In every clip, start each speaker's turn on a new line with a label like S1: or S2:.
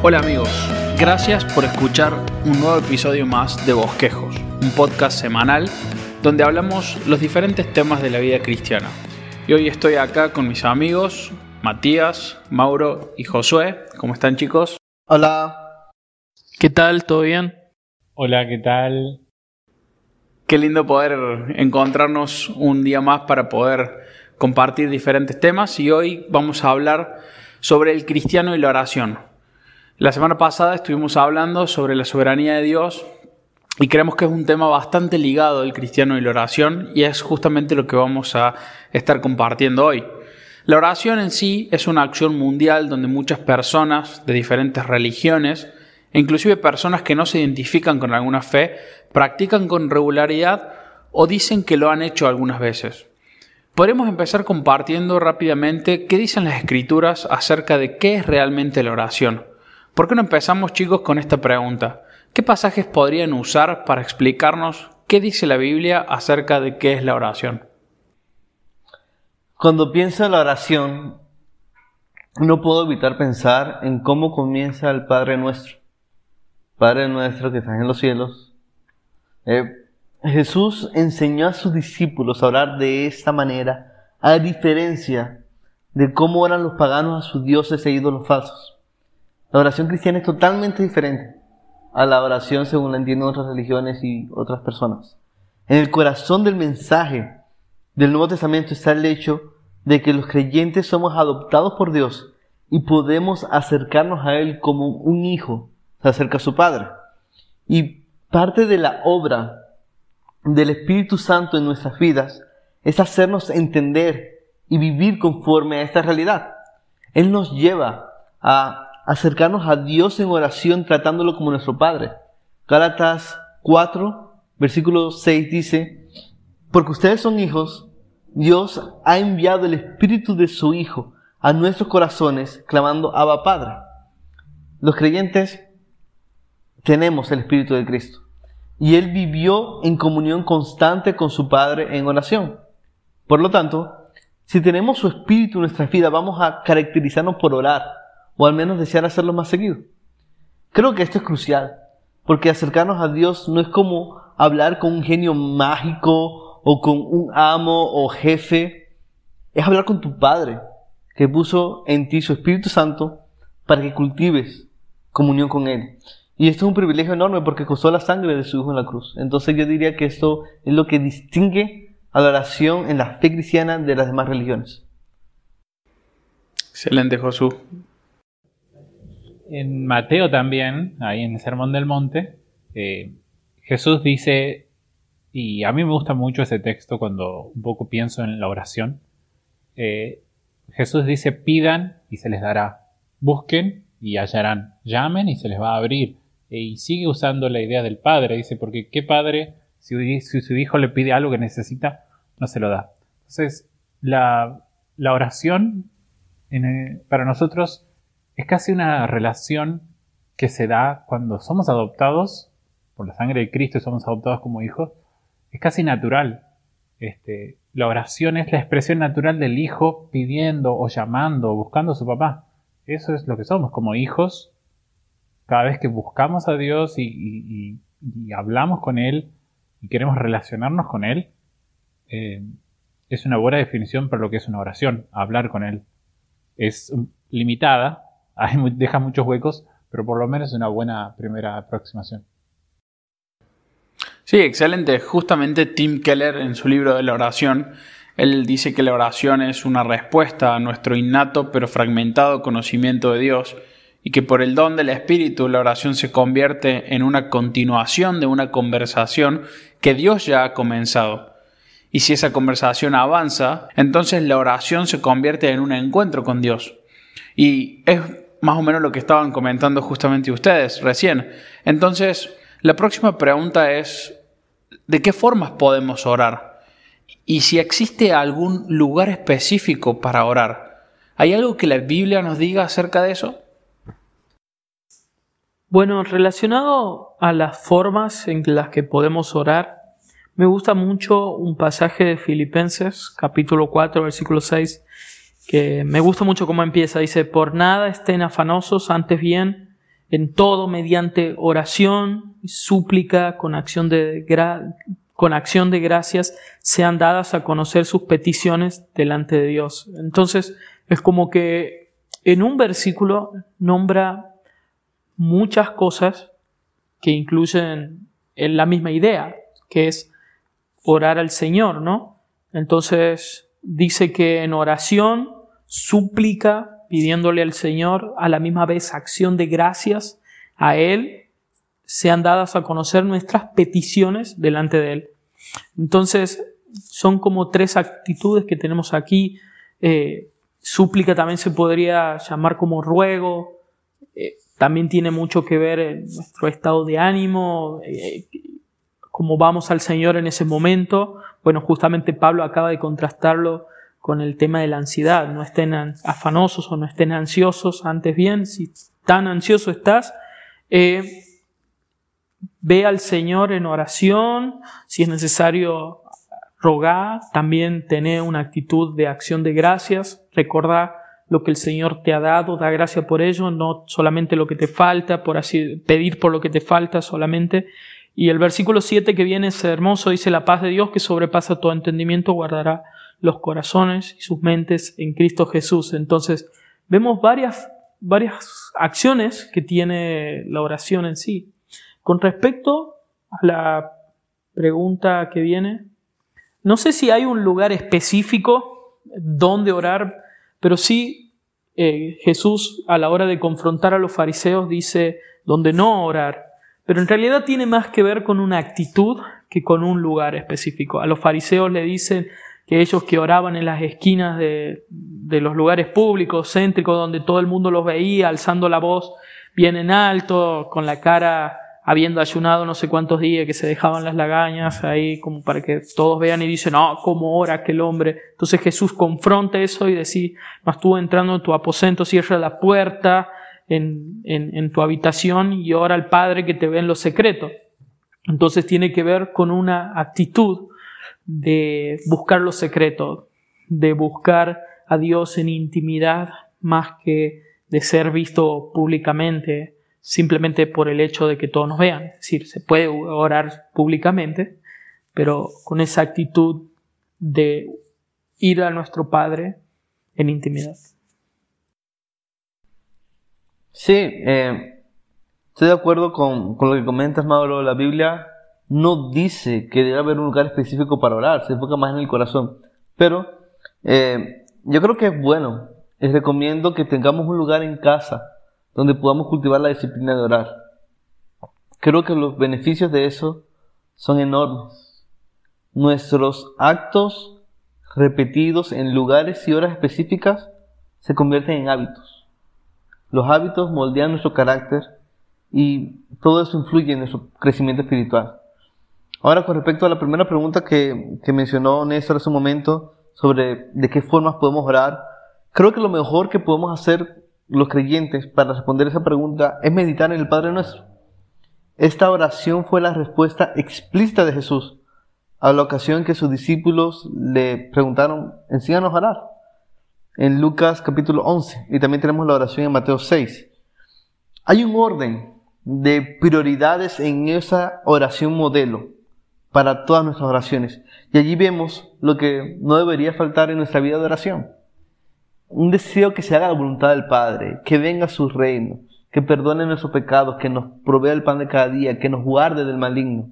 S1: Hola amigos, gracias por escuchar un nuevo episodio más de Bosquejos, un podcast semanal donde hablamos los diferentes temas de la vida cristiana. Y hoy estoy acá con mis amigos Matías, Mauro y Josué. ¿Cómo están, chicos?
S2: Hola.
S3: ¿Qué tal? ¿Todo bien?
S4: Hola, ¿qué tal?
S1: Qué lindo poder encontrarnos un día más para poder compartir diferentes temas, y hoy vamos a hablar sobre el cristiano y la oración. La semana pasada estuvimos hablando sobre la soberanía de Dios y creemos que es un tema bastante ligado al cristiano y la oración, y es justamente lo que vamos a estar compartiendo hoy. La oración en sí es una acción mundial donde muchas personas de diferentes religiones, e inclusive personas que no se identifican con alguna fe, practican con regularidad o dicen que lo han hecho algunas veces. Podemos empezar compartiendo rápidamente qué dicen las Escrituras acerca de qué es realmente la oración. ¿Por qué no empezamos, chicos, con esta pregunta? ¿Qué pasajes podrían usar para explicarnos qué dice la Biblia acerca de qué es la oración?
S2: Cuando pienso en la oración, no puedo evitar pensar en cómo comienza el Padre Nuestro. Padre nuestro que estás en los cielos. Jesús enseñó a sus discípulos a orar de esta manera, a diferencia de cómo oran los paganos a sus dioses e ídolos falsos. La oración cristiana es totalmente diferente a la oración según la entienden otras religiones y otras personas. En el corazón del mensaje del Nuevo Testamento está el hecho de que los creyentes somos adoptados por Dios y podemos acercarnos a Él como un hijo se acerca a su Padre. Y parte de la obra del Espíritu Santo en nuestras vidas es hacernos entender y vivir conforme a esta realidad. Él nos lleva a acercarnos a Dios en oración tratándolo como nuestro Padre. Gálatas 4, versículo 6 dice: porque ustedes son hijos, Dios ha enviado el Espíritu de su Hijo a nuestros corazones, clamando Abba Padre. Los creyentes tenemos el Espíritu de Cristo y Él vivió en comunión constante con su Padre en oración. Por lo tanto, si tenemos su Espíritu en nuestras vidas, vamos a caracterizarnos por orar, o al menos desear hacerlo más seguido. Creo que esto es crucial, porque acercarnos a Dios no es como hablar con un genio mágico o con un amo o jefe. Es hablar con tu Padre, que puso en ti su Espíritu Santo para que cultives comunión con Él. Y esto es un privilegio enorme porque costó la sangre de su Hijo en la cruz. Entonces yo diría que esto es lo que distingue a la oración en la fe cristiana de las demás religiones.
S1: Excelente, Josué.
S4: En Mateo también, ahí en el Sermón del Monte, Jesús dice, y a mí me gusta mucho ese texto cuando un poco pienso en la oración, Jesús dice: pidan y se les dará, busquen y hallarán, llamen y se les va a abrir. Y sigue usando la idea del padre, dice, porque ¿qué padre, si su hijo le pide algo que necesita, no se lo da? Entonces, la oración para nosotros es casi una relación que se da cuando somos adoptados por la sangre de Cristo y somos adoptados como hijos. Es casi natural. La oración es la expresión natural del hijo pidiendo o llamando o buscando a su papá. Eso es lo que somos como hijos. Cada vez que buscamos a Dios y hablamos con Él y queremos relacionarnos con Él, es una buena definición para lo que es una oración, hablar con Él. Es limitada, deja muchos huecos, pero por lo menos es una buena primera aproximación.
S1: Sí, excelente. Justamente Tim Keller, en su libro de la oración, él dice que la oración es una respuesta a nuestro innato pero fragmentado conocimiento de Dios, y que por el don del Espíritu la oración se convierte en una continuación de una conversación que Dios ya ha comenzado. Y si esa conversación avanza, entonces la oración se convierte en un encuentro con Dios. Y es más o menos lo que estaban comentando justamente ustedes recién. Entonces, la próxima pregunta es: ¿de qué formas podemos orar? Y si existe algún lugar específico para orar. ¿Hay algo que la Biblia nos diga acerca de eso?
S3: Bueno, relacionado a las formas en las que podemos orar, me gusta mucho un pasaje de Filipenses, capítulo 4, versículo 6, que me gusta mucho cómo empieza. Dice: por nada estén afanosos, antes bien, en todo mediante oración y súplica con acción de gracias sean dadas a conocer sus peticiones delante de Dios. Entonces es como que en un versículo nombra muchas cosas que incluyen en la misma idea, que es orar al Señor, ¿no? Entonces dice que en oración, súplica, pidiéndole al Señor, a la misma vez acción de gracias a Él, sean dadas a conocer nuestras peticiones delante de Él. Entonces son como tres actitudes que tenemos aquí. Súplica también se podría llamar como ruego. También tiene mucho que ver en nuestro estado de ánimo, cómo vamos al Señor en ese momento. Bueno, justamente Pablo acaba de contrastarlo con el tema de la ansiedad. No estén afanosos o no estén ansiosos, antes bien, si tan ansioso estás, ve al Señor en oración, si es necesario rogar, también tener una actitud de acción de gracias, recordar lo que el Señor te ha dado, da gracias por ello, no solamente lo que te falta, por así pedir por lo que te falta solamente. Y el versículo 7 que viene es hermoso, dice: la paz de Dios que sobrepasa todo entendimiento guardará los corazones y sus mentes en Cristo Jesús. Entonces vemos varias acciones que tiene la oración en sí. Con respecto a la pregunta que viene, no sé si hay un lugar específico donde orar, pero sí Jesús a la hora de confrontar a los fariseos dice donde no orar. Pero en realidad tiene más que ver con una actitud que con un lugar específico. A los fariseos le dicen que ellos que oraban en las esquinas de los lugares públicos, céntricos, donde todo el mundo los veía, alzando la voz bien en alto, con la cara habiendo ayunado no sé cuántos días, que se dejaban las lagañas ahí como para que todos vean y dicen: no, ¿cómo ora aquel hombre? Entonces Jesús confronta eso y dice: mas tú entrando en tu aposento, cierra la puerta en tu habitación y ora al Padre que te ve en lo secreto. Entonces tiene que ver con una actitud de buscar lo secreto, de buscar a Dios en intimidad más que de ser visto públicamente simplemente por el hecho de que todos nos vean. Es decir, se puede orar públicamente, pero con esa actitud de ir a nuestro Padre en intimidad.
S2: Sí, estoy de acuerdo con lo que comentas, Mauro. La Biblia no dice que debe haber un lugar específico para orar, se enfoca más en el corazón. Pero yo creo que es bueno. Les recomiendo que tengamos un lugar en casa donde podamos cultivar la disciplina de orar. Creo que los beneficios de eso son enormes. Nuestros actos repetidos en lugares y horas específicas se convierten en hábitos. Los hábitos moldean nuestro carácter y todo eso influye en nuestro crecimiento espiritual. Ahora, con respecto a la primera pregunta que mencionó Néstor hace un momento sobre de qué formas podemos orar, creo que lo mejor que podemos hacer los creyentes para responder esa pregunta es meditar en el Padre Nuestro. Esta oración fue la respuesta explícita de Jesús a la ocasión que sus discípulos le preguntaron: enséñanos a orar, en Lucas capítulo 11, y también tenemos la oración en Mateo 6. Hay un orden de prioridades en esa oración modelo para todas nuestras oraciones, y allí vemos lo que no debería faltar en nuestra vida de oración. Un deseo que se haga la voluntad del Padre, que venga su reino, que perdone nuestros pecados, que nos provea el pan de cada día, que nos guarde del maligno.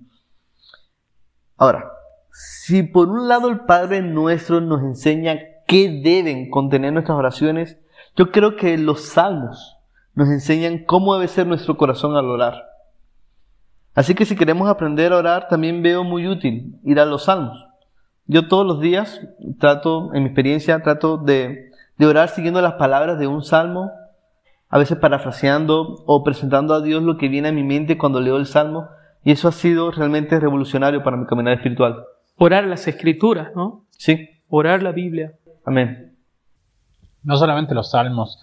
S2: Ahora, si por un lado el Padre Nuestro nos enseña qué deben contener nuestras oraciones, yo creo que los salmos nos enseñan cómo debe ser nuestro corazón al orar. Así que si queremos aprender a orar, también veo muy útil ir a los salmos. Yo todos los días en mi experiencia, trato de orar siguiendo las palabras de un salmo, a veces parafraseando o presentando a Dios lo que viene a mi mente cuando leo el salmo, y eso ha sido realmente revolucionario para mi caminar espiritual.
S3: Orar las Escrituras, ¿no?
S2: Sí.
S3: Orar la Biblia.
S2: Amén.
S4: No solamente los salmos,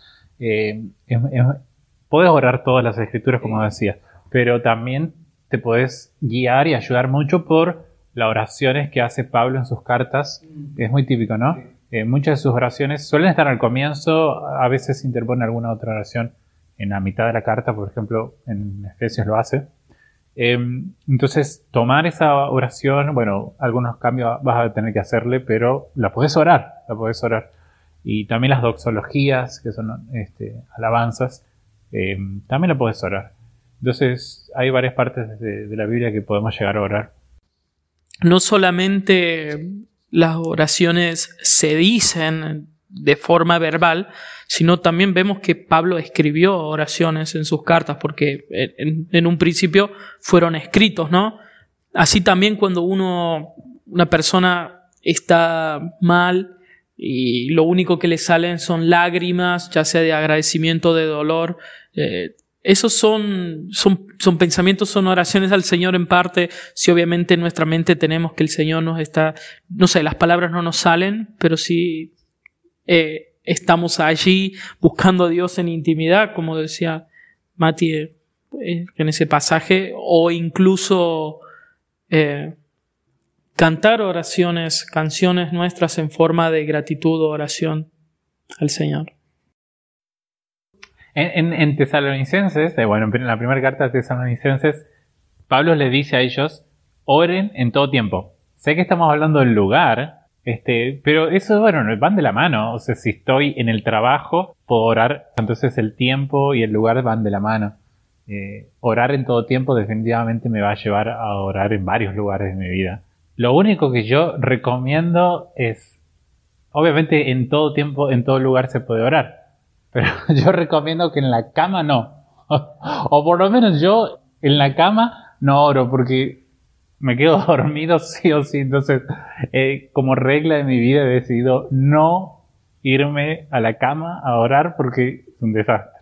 S4: puedes orar todas las Escrituras, como decía, pero también te puedes guiar y ayudar mucho por las oraciones que hace Pablo en sus cartas. Es muy típico, ¿no? Muchas de sus oraciones suelen estar al comienzo, a veces interpone alguna otra oración en la mitad de la carta, por ejemplo, en Efesios lo hace. Entonces, tomar esa oración, bueno, algunos cambios vas a tener que hacerle, pero la podés orar. Y también las doxologías, que son alabanzas, también la podés orar. Entonces, hay varias partes de la Biblia que podemos llegar a orar.
S3: No solamente las oraciones se dicen de forma verbal, sino también vemos que Pablo escribió oraciones en sus cartas, porque en un principio fueron escritos, ¿no? Así también cuando una persona está mal y lo único que le salen son lágrimas, ya sea de agradecimiento, de dolor, esos son pensamientos, son oraciones al Señor en parte. Si obviamente en nuestra mente tenemos que el Señor nos está, no sé, las palabras no nos salen, pero sí estamos allí buscando a Dios en intimidad, como decía Mati en ese pasaje, o incluso cantar canciones nuestras en forma de gratitud o oración al Señor.
S4: En Tesalonicenses, en la primera carta de Tesalonicenses, Pablo les dice a ellos, oren en todo tiempo. Sé que estamos hablando del lugar, pero eso, van de la mano. O sea, si estoy en el trabajo, puedo orar, entonces el tiempo y el lugar van de la mano. Orar en todo tiempo definitivamente me va a llevar a orar en varios lugares de mi vida. Lo único que yo recomiendo es, obviamente en todo tiempo, en todo lugar se puede orar, pero yo recomiendo que en la cama no. O por lo menos yo en la cama no oro porque me quedo dormido sí o sí. Entonces, como regla de mi vida he decidido no irme a la cama a orar porque es un desastre.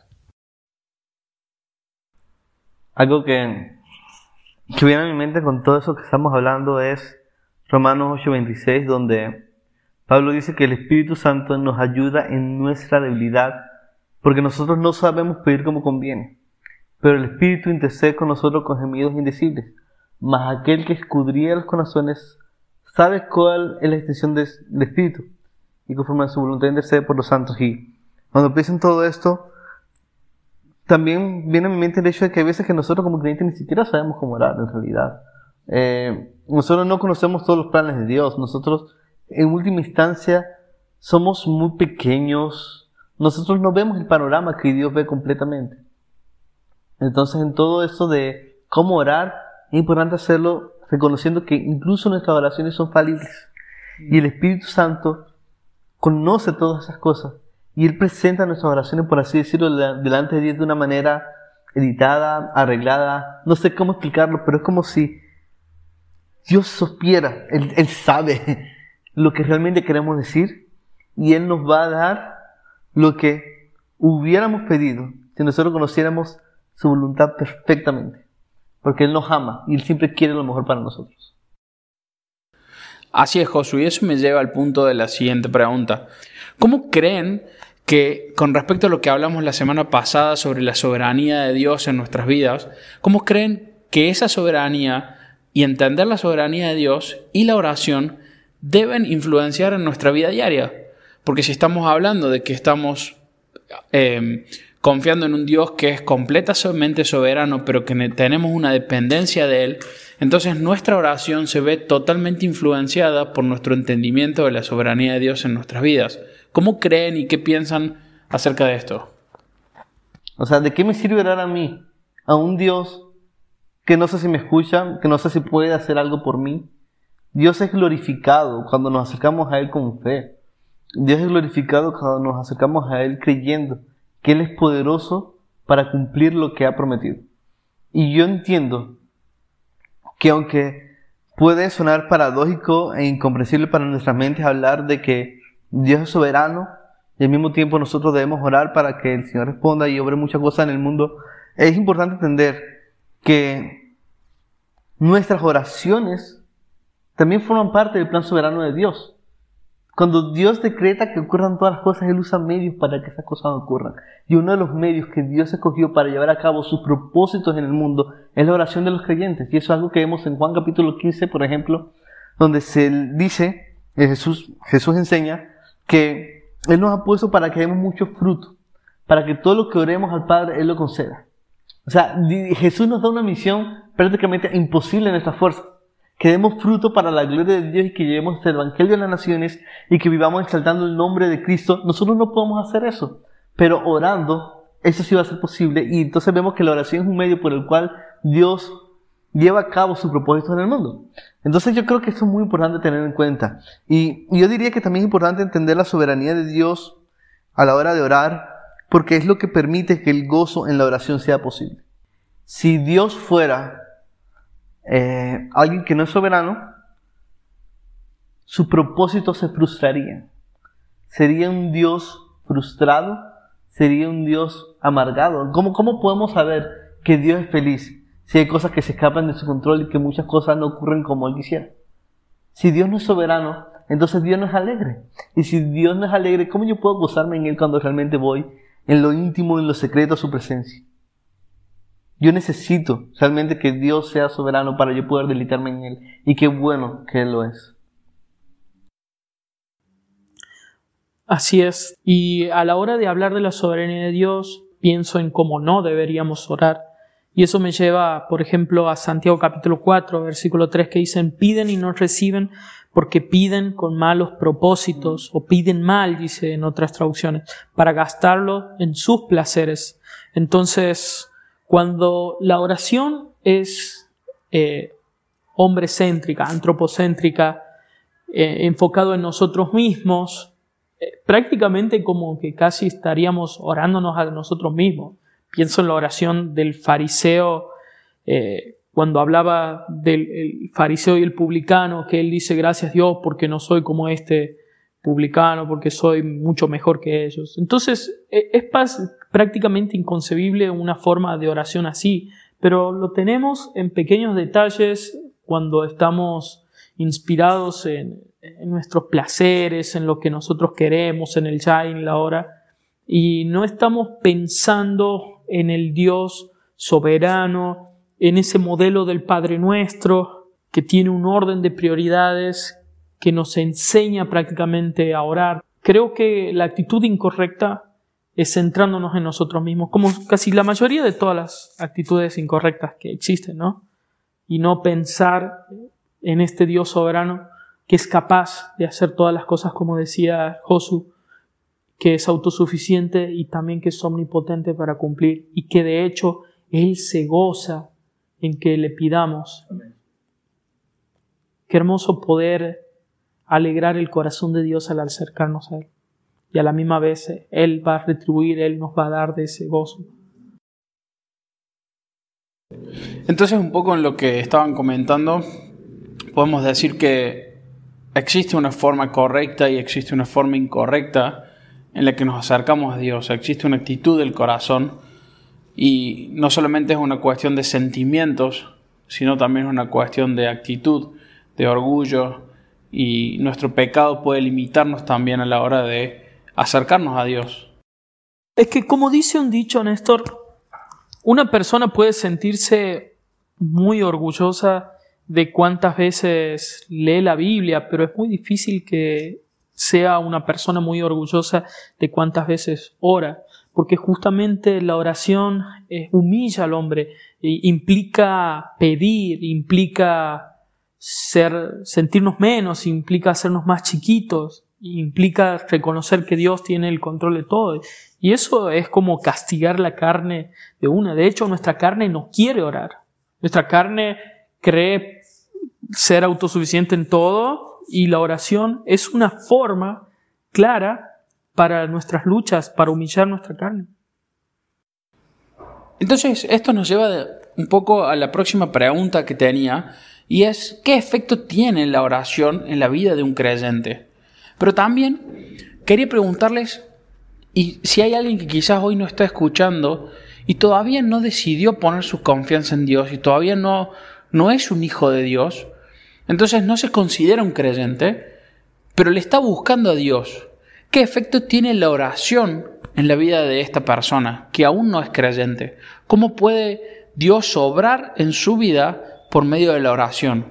S2: Algo que viene a mi mente con todo eso que estamos hablando es Romanos 8:26, donde Pablo dice que el Espíritu Santo nos ayuda en nuestra debilidad, porque nosotros no sabemos pedir como conviene, pero el Espíritu intercede con nosotros con gemidos indecibles. Mas aquel que escudriña los corazones sabe cuál es la extensión del Espíritu, y conforme a su voluntad intercede por los santos. Y cuando pienso en todo esto, también viene a mi mente el hecho de que hay veces que nosotros como creyentes ni siquiera sabemos cómo orar en realidad. Nosotros no conocemos todos los planes de Dios. Nosotros en última instancia somos muy pequeños. Nosotros no vemos el panorama que Dios ve completamente. Entonces en todo esto de cómo orar, es importante hacerlo reconociendo que incluso nuestras oraciones son falibles. Y el Espíritu Santo conoce todas esas cosas. Y Él presenta nuestras oraciones, por así decirlo, delante de Dios de una manera editada, arreglada. No sé cómo explicarlo, pero es como si Dios supiera. Él sabe lo que realmente queremos decir. Y Él nos va a dar lo que hubiéramos pedido si nosotros conociéramos su voluntad perfectamente. Porque Él nos ama y Él siempre quiere lo mejor para nosotros.
S1: Así es, Josué, y eso me lleva al punto de la siguiente pregunta. ¿Cómo creen que, con respecto a lo que hablamos la semana pasada sobre la soberanía de Dios en nuestras vidas, cómo creen que esa soberanía y entender la soberanía de Dios y la oración deben influenciar en nuestra vida diaria? Porque si estamos hablando de que estamos confiando en un Dios que es completamente soberano, pero que tenemos una dependencia de Él, entonces nuestra oración se ve totalmente influenciada por nuestro entendimiento de la soberanía de Dios en nuestras vidas. ¿Cómo creen y qué piensan acerca de esto?
S2: O sea, ¿de qué me sirve orar a mí? A un Dios que no sé si me escucha, que no sé si puede hacer algo por mí. Dios es glorificado cuando nos acercamos a Él con fe. Dios es glorificado cuando nos acercamos a Él creyendo que Él es poderoso para cumplir lo que ha prometido. Y yo entiendo que aunque puede sonar paradójico e incomprensible para nuestras mentes hablar de que Dios es soberano y al mismo tiempo nosotros debemos orar para que el Señor responda y obre muchas cosas en el mundo, es importante entender que nuestras oraciones también forman parte del plan soberano de Dios. Cuando Dios decreta que ocurran todas las cosas, Él usa medios para que esas cosas ocurran. Y uno de los medios que Dios escogió para llevar a cabo sus propósitos en el mundo es la oración de los creyentes. Y eso es algo que vemos en Juan capítulo 15, por ejemplo, donde se dice, Jesús enseña que Él nos ha puesto para que demos mucho fruto, para que todo lo que oremos al Padre, Él lo conceda. O sea, Jesús nos da una misión prácticamente imposible en nuestras fuerzas. Que demos fruto para la gloria de Dios y que llevemos el Evangelio a las naciones y que vivamos exaltando el nombre de Cristo. Nosotros no podemos hacer eso, pero orando, eso sí va a ser posible. Y entonces vemos que la oración es un medio por el cual Dios lleva a cabo sus propósitos en el mundo. Entonces yo creo que esto es muy importante tener en cuenta. Y yo diría que también es importante entender la soberanía de Dios a la hora de orar, porque es lo que permite que el gozo en la oración sea posible. Si Dios fuera alguien que no es soberano, su propósito se frustraría. Sería un Dios frustrado, sería un Dios amargado. ¿Cómo podemos saber que Dios es feliz si hay cosas que se escapan de su control y que muchas cosas no ocurren como Él quisiera? Si Dios no es soberano, entonces Dios no es alegre. Y si Dios no es alegre, ¿cómo yo puedo gozarme en Él cuando realmente voy en lo íntimo, en lo secreto a su presencia? Yo necesito realmente que Dios sea soberano para yo poder deleitarme en Él. Y qué bueno que Él lo es.
S3: Así es. Y a la hora de hablar de la soberanía de Dios, pienso en cómo no deberíamos orar. Y eso me lleva, por ejemplo, a Santiago capítulo 4, versículo 3, que dicen: piden y no reciben porque piden con malos propósitos, o piden mal, dice en otras traducciones, para gastarlo en sus placeres. Entonces, cuando la oración es hombrecéntrica, antropocéntrica, enfocado en nosotros mismos, prácticamente como que casi estaríamos orándonos a nosotros mismos. Pienso en la oración del fariseo, cuando hablaba del fariseo y el publicano, que él dice: gracias Dios porque no soy como este publicano, porque soy mucho mejor que ellos. Entonces es prácticamente inconcebible una forma de oración así, pero lo tenemos en pequeños detalles cuando estamos inspirados en nuestros placeres, en lo que nosotros queremos, en el ya y en la ahora, y no estamos pensando en el Dios soberano, en ese modelo del Padre Nuestro, que tiene un orden de prioridades, que nos enseña prácticamente a orar. Creo que la actitud incorrecta es centrándonos en nosotros mismos, como casi la mayoría de todas las actitudes incorrectas que existen, ¿no? Y no pensar en este Dios soberano que es capaz de hacer todas las cosas, como decía Josu, que es autosuficiente y también que es omnipotente para cumplir, y que de hecho Él se goza en que le pidamos. Amén. Qué hermoso poder alegrar el corazón de Dios al acercarnos a Él. Y a la misma vez Él va a retribuir, Él nos va a dar de ese gozo.
S1: Entonces, un poco en lo que estaban comentando, podemos decir que existe una forma correcta y existe una forma incorrecta en la que nos acercamos a Dios. Existe una actitud del corazón y no solamente es una cuestión de sentimientos, sino también es una cuestión de actitud, de orgullo, y nuestro pecado puede limitarnos también a la hora de acercarnos a Dios.
S3: Es que, como dice un dicho, Néstor, una persona puede sentirse muy orgullosa de cuántas veces lee la Biblia, pero es muy difícil que sea una persona muy orgullosa de cuántas veces ora, porque justamente la oración humilla al hombre, implica pedir, implica sentirnos menos, implica hacernos más chiquitos, implica reconocer que Dios tiene el control de todo. Y eso es como castigar la carne de una. De hecho, nuestra carne no quiere orar. Nuestra carne cree ser autosuficiente en todo, y la oración es una forma clara para nuestras luchas, para humillar nuestra carne.
S1: Entonces, esto nos lleva un poco a la próxima pregunta que tenía, y es: ¿qué efecto tiene la oración en la vida de un creyente? Pero también quería preguntarles, y si hay alguien que quizás hoy no está escuchando y todavía no decidió poner su confianza en Dios y todavía no es un hijo de Dios, entonces no se considera un creyente, pero le está buscando a Dios. ¿Qué efecto tiene la oración en la vida de esta persona que aún no es creyente? ¿Cómo puede Dios obrar en su vida por medio de la oración?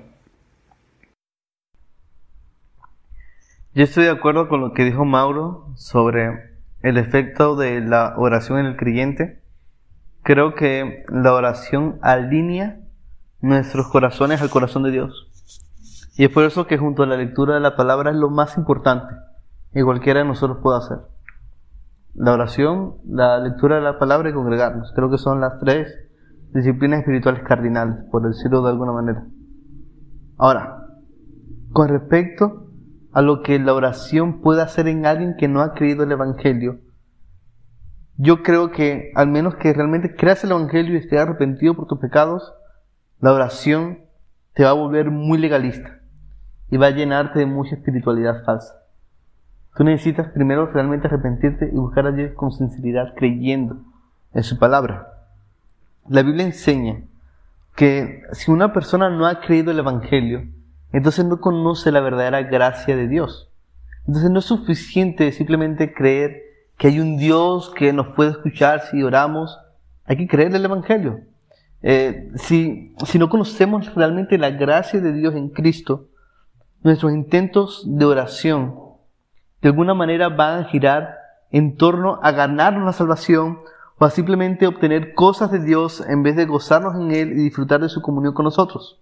S2: Yo estoy de acuerdo con lo que dijo Mauro sobre el efecto de la oración en el creyente, creo que la oración alinea nuestros corazones al corazón de Dios. Y es por eso que junto a la lectura de la palabra es lo más importante que cualquiera de nosotros pueda hacer. La oración, la lectura de la palabra y congregarnos. Creo que son las 3 disciplinas espirituales cardinales, por decirlo de alguna manera. Ahora, con respecto a lo que la oración puede hacer en alguien que no ha creído el Evangelio, yo creo que, al menos que realmente creas el Evangelio y estés arrepentido por tus pecados, la oración te va a volver muy legalista y va a llenarte de mucha espiritualidad falsa. Tú necesitas primero realmente arrepentirte y buscar a Dios con sinceridad, creyendo en su palabra. La Biblia enseña que si una persona no ha creído el Evangelio, entonces no conoce la verdadera gracia de Dios. Entonces no es suficiente simplemente creer que hay un Dios que nos puede escuchar si oramos. Hay que creer el Evangelio. Si no conocemos realmente la gracia de Dios en Cristo, nuestros intentos de oración de alguna manera van a girar en torno a ganarnos la salvación o a simplemente obtener cosas de Dios en vez de gozarnos en Él y disfrutar de su comunión con nosotros.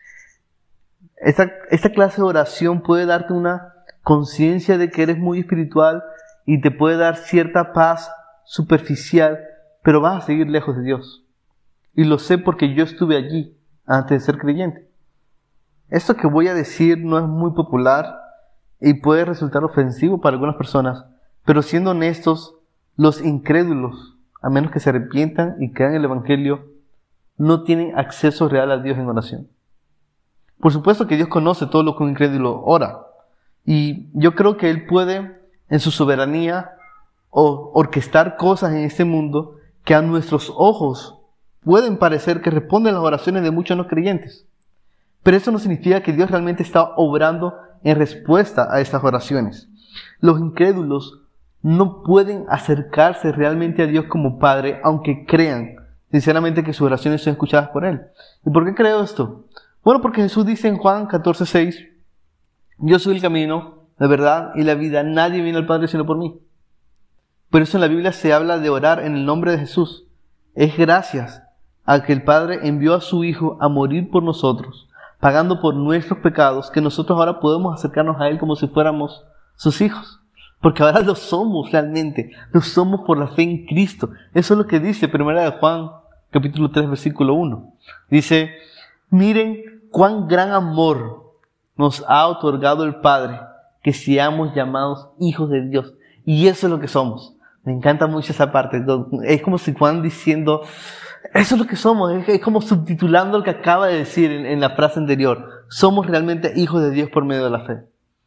S2: Esta clase de oración puede darte una conciencia de que eres muy espiritual y te puede dar cierta paz superficial, pero vas a seguir lejos de Dios. Y lo sé porque yo estuve allí antes de ser creyente. Esto que voy a decir no es muy popular y puede resultar ofensivo para algunas personas, pero siendo honestos, los incrédulos, a menos que se arrepientan y crean el Evangelio, no tienen acceso real a Dios en oración. Por supuesto que Dios conoce todo lo que un incrédulo ora, y yo creo que Él puede, en su soberanía, orquestar cosas en este mundo que a nuestros ojos pueden parecer que responden a las oraciones de muchos no creyentes. Pero eso no significa que Dios realmente está obrando en respuesta a estas oraciones. Los incrédulos no pueden acercarse realmente a Dios como Padre, aunque crean sinceramente que sus oraciones son escuchadas por Él. ¿Y por qué creo esto? Bueno, porque Jesús dice en Juan 14:6, yo soy el camino, la verdad y la vida, nadie viene al Padre sino por mí. Por eso en la Biblia se habla de orar en el nombre de Jesús. Es gracias a que el Padre envió a su Hijo a morir por nosotros, pagando por nuestros pecados, que nosotros ahora podemos acercarnos a Él como si fuéramos sus hijos. Porque ahora lo somos realmente, lo somos por la fe en Cristo. Eso es lo que dice 1 Juan, capítulo 3, versículo 1. Dice, miren cuán gran amor nos ha otorgado el Padre, que seamos llamados hijos de Dios. Y eso es lo que somos. Me encanta mucho esa parte. Es como si Juan diciendo, eso es lo que somos. Es como subtitulando lo que acaba de decir en la frase anterior. Somos realmente hijos de Dios por medio de la fe.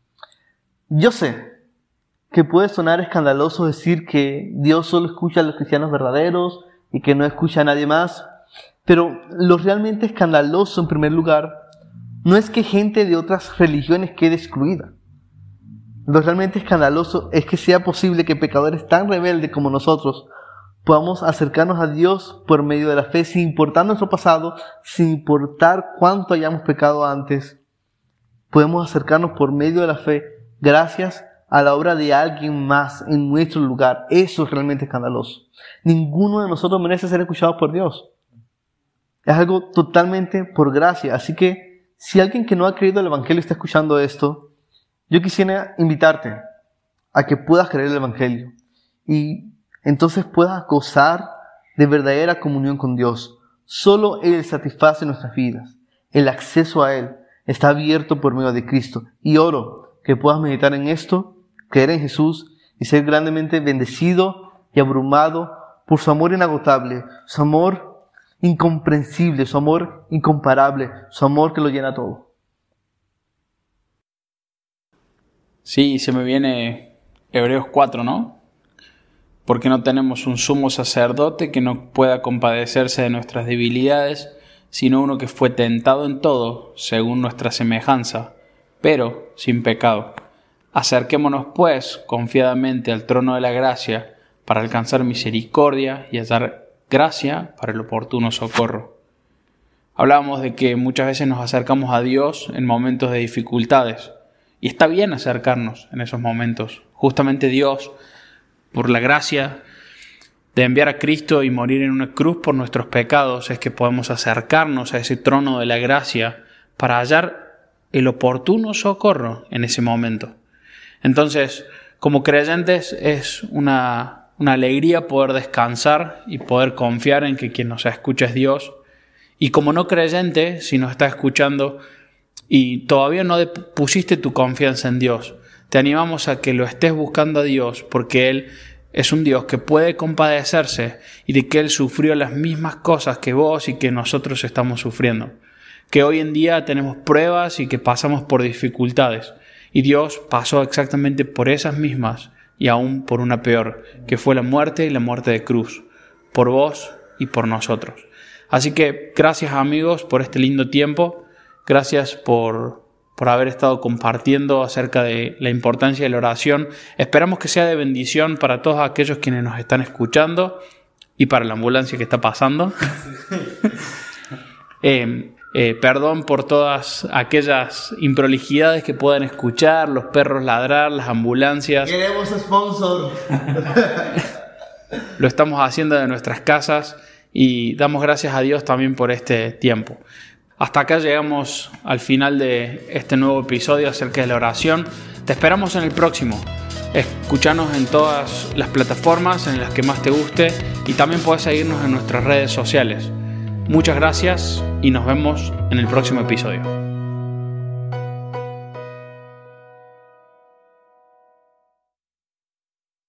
S2: Yo sé que puede sonar escandaloso decir que Dios solo escucha a los cristianos verdaderos y que no escucha a nadie más. Pero lo realmente escandaloso, en primer lugar, no es que gente de otras religiones quede excluida. Lo realmente escandaloso es que sea posible que pecadores tan rebeldes como nosotros podamos acercarnos a Dios por medio de la fe, sin importar nuestro pasado, sin importar cuánto hayamos pecado antes. Podemos acercarnos por medio de la fe gracias a la obra de alguien más en nuestro lugar. Eso es realmente escandaloso. Ninguno de nosotros merece ser escuchado por Dios. Es algo totalmente por gracia. Así que si alguien que no ha creído el Evangelio está escuchando esto, yo quisiera invitarte a que puedas creer el Evangelio y entonces puedas gozar de verdadera comunión con Dios. Solo Él satisface nuestras vidas. El acceso a Él está abierto por medio de Cristo. Y oro que puedas meditar en esto, creer en Jesús y ser grandemente bendecido y abrumado por su amor inagotable, su amor incomprensible, su amor incomparable, su amor que lo llena todo.
S1: Sí, se me viene Hebreos 4, ¿no? Porque no tenemos un sumo sacerdote que no pueda compadecerse de nuestras debilidades, sino uno que fue tentado en todo, según nuestra semejanza, pero sin pecado. Acerquémonos, pues, confiadamente al trono de la gracia, para alcanzar misericordia y hallar gracia para el oportuno socorro. Hablábamos de que muchas veces nos acercamos a Dios en momentos de dificultades. Y está bien acercarnos en esos momentos. Justamente Dios por la gracia de enviar a Cristo y morir en una cruz por nuestros pecados, es que podemos acercarnos a ese trono de la gracia para hallar el oportuno socorro en ese momento. Entonces, como creyentes es una alegría poder descansar y poder confiar en que quien nos escucha es Dios. Y como no creyente, si nos está escuchando y todavía no pusiste tu confianza en Dios, te animamos a que lo estés buscando a Dios, porque Él es un Dios que puede compadecerse y de que Él sufrió las mismas cosas que vos y que nosotros estamos sufriendo. Que hoy en día tenemos pruebas y que pasamos por dificultades. Y Dios pasó exactamente por esas mismas y aún por una peor, que fue la muerte y la muerte de cruz, por vos y por nosotros. Así que gracias amigos por este lindo tiempo, gracias por haber estado compartiendo acerca de la importancia de la oración. Esperamos que sea de bendición para todos aquellos quienes nos están escuchando y para la ambulancia que está pasando. Perdón por todas aquellas improlijidades que puedan escuchar, los perros ladrar, las ambulancias.
S2: Queremos sponsor.
S1: Lo estamos haciendo de nuestras casas y damos gracias a Dios también por este tiempo. Hasta acá llegamos al final de este nuevo episodio acerca de la oración. Te esperamos en el próximo. Escúchanos en todas las plataformas en las que más te guste y también puedes seguirnos en nuestras redes sociales. Muchas gracias y nos vemos en el próximo episodio.